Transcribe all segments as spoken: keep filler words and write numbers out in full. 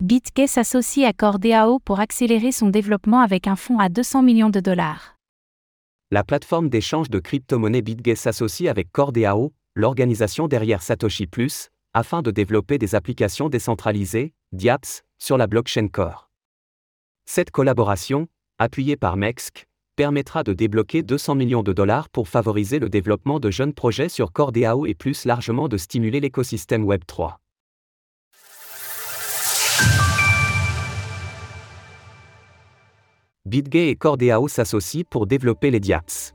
BitGay s'associe à CoreDAO pour accélérer son développement avec un fonds à deux cents millions de dollars. La plateforme d'échange de crypto-monnaies BitGay s'associe avec CoreDAO, l'organisation derrière Satoshi Plus, afin de développer des applications décentralisées, D apps, sur la blockchain Core. Cette collaboration, appuyée par M E X C, permettra de débloquer deux cents millions de dollars pour favoriser le développement de jeunes projets sur CoreDAO et plus largement de stimuler l'écosystème Web trois. BitGay et CoreDAO s'associent pour développer les D apps.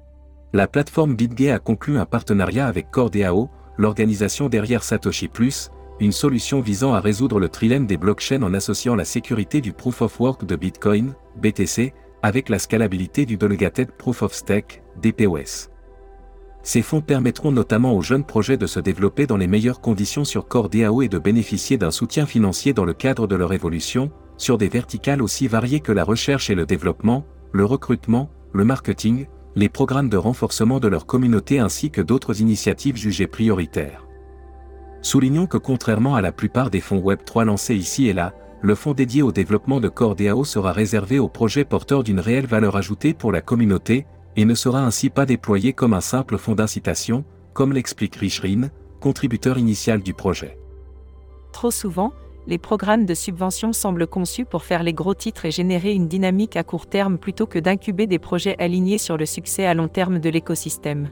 La plateforme BitGay a conclu un partenariat avec CoreDAO, l'organisation derrière Satoshi Plus, une solution visant à résoudre le trilemme des blockchains en associant la sécurité du Proof of Work de Bitcoin, B T C, avec la scalabilité du Delegated Proof of Stake, D P O S. Ces fonds permettront notamment aux jeunes projets de se développer dans les meilleures conditions sur CoreDAO et de bénéficier d'un soutien financier dans le cadre de leur évolution, sur des verticales aussi variées que la recherche et le développement, le recrutement, le marketing, les programmes de renforcement de leur communauté ainsi que d'autres initiatives jugées prioritaires. Soulignons que contrairement à la plupart des fonds Web trois lancés ici et là, le fonds dédié au développement de CoreDAO sera réservé aux projets porteurs d'une réelle valeur ajoutée pour la communauté, et ne sera ainsi pas déployé comme un simple fonds d'incitation, comme l'explique Rich Rin, contributeur initial du projet. Trop souvent, les programmes de subvention semblent conçus pour faire les gros titres et générer une dynamique à court terme plutôt que d'incuber des projets alignés sur le succès à long terme de l'écosystème.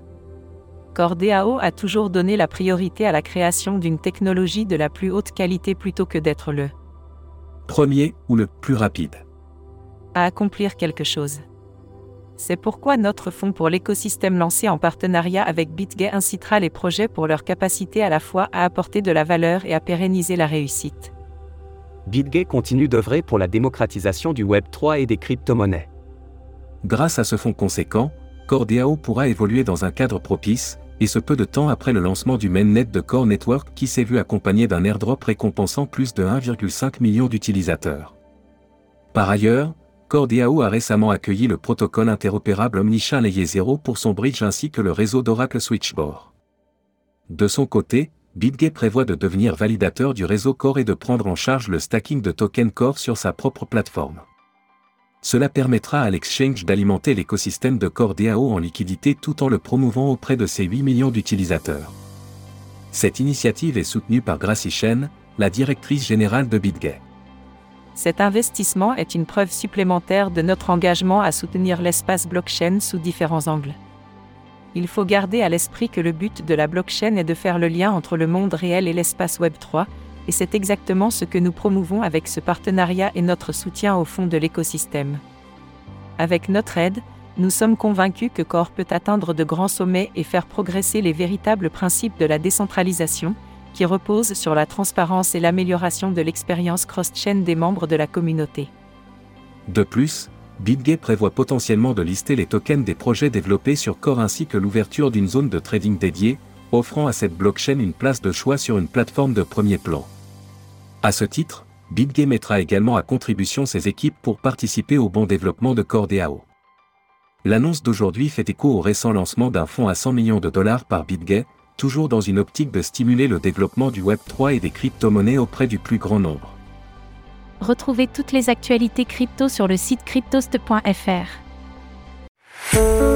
CoreDAO a toujours donné la priorité à la création d'une technologie de la plus haute qualité plutôt que d'être le premier ou le plus rapide à accomplir quelque chose. C'est pourquoi notre fonds pour l'écosystème lancé en partenariat avec BitGay incitera les projets pour leur capacité à la fois à apporter de la valeur et à pérenniser la réussite. BitGay continue d'œuvrer pour la démocratisation du Web trois et des crypto-monnaies. Grâce à ce fonds conséquent, CoreDAO pourra évoluer dans un cadre propice, et ce peu de temps après le lancement du mainnet de Core Network qui s'est vu accompagné d'un airdrop récompensant plus de un virgule cinq million d'utilisateurs. Par ailleurs, CoreDAO a récemment accueilli le protocole interopérable Omnichain Layer zéro pour son bridge ainsi que le réseau d'Oracle Switchboard. De son côté, BitGay prévoit de devenir validateur du réseau Core et de prendre en charge le stacking de tokens Core sur sa propre plateforme. Cela permettra à l'exchange d'alimenter l'écosystème de CoreDAO en liquidité tout en le promouvant auprès de ses huit millions d'utilisateurs. Cette initiative est soutenue par Gracie Chen, la directrice générale de BitGay. Cet investissement est une preuve supplémentaire de notre engagement à soutenir l'espace blockchain sous différents angles. Il faut garder à l'esprit que le but de la blockchain est de faire le lien entre le monde réel et l'espace Web trois, et c'est exactement ce que nous promouvons avec ce partenariat et notre soutien au fond de l'écosystème. Avec notre aide, nous sommes convaincus que Core peut atteindre de grands sommets et faire progresser les véritables principes de la décentralisation, qui reposent sur la transparence et l'amélioration de l'expérience cross-chain des membres de la communauté. De plus, BitGay prévoit potentiellement de lister les tokens des projets développés sur Core ainsi que l'ouverture d'une zone de trading dédiée, offrant à cette blockchain une place de choix sur une plateforme de premier plan. À ce titre, BitGay mettra également à contribution ses équipes pour participer au bon développement de CoreDAO. L'annonce d'aujourd'hui fait écho au récent lancement d'un fonds à cent millions de dollars par BitGay, toujours dans une optique de stimuler le développement du Web trois et des crypto-monnaies auprès du plus grand nombre. Retrouvez toutes les actualités crypto sur le site cryptost point f r.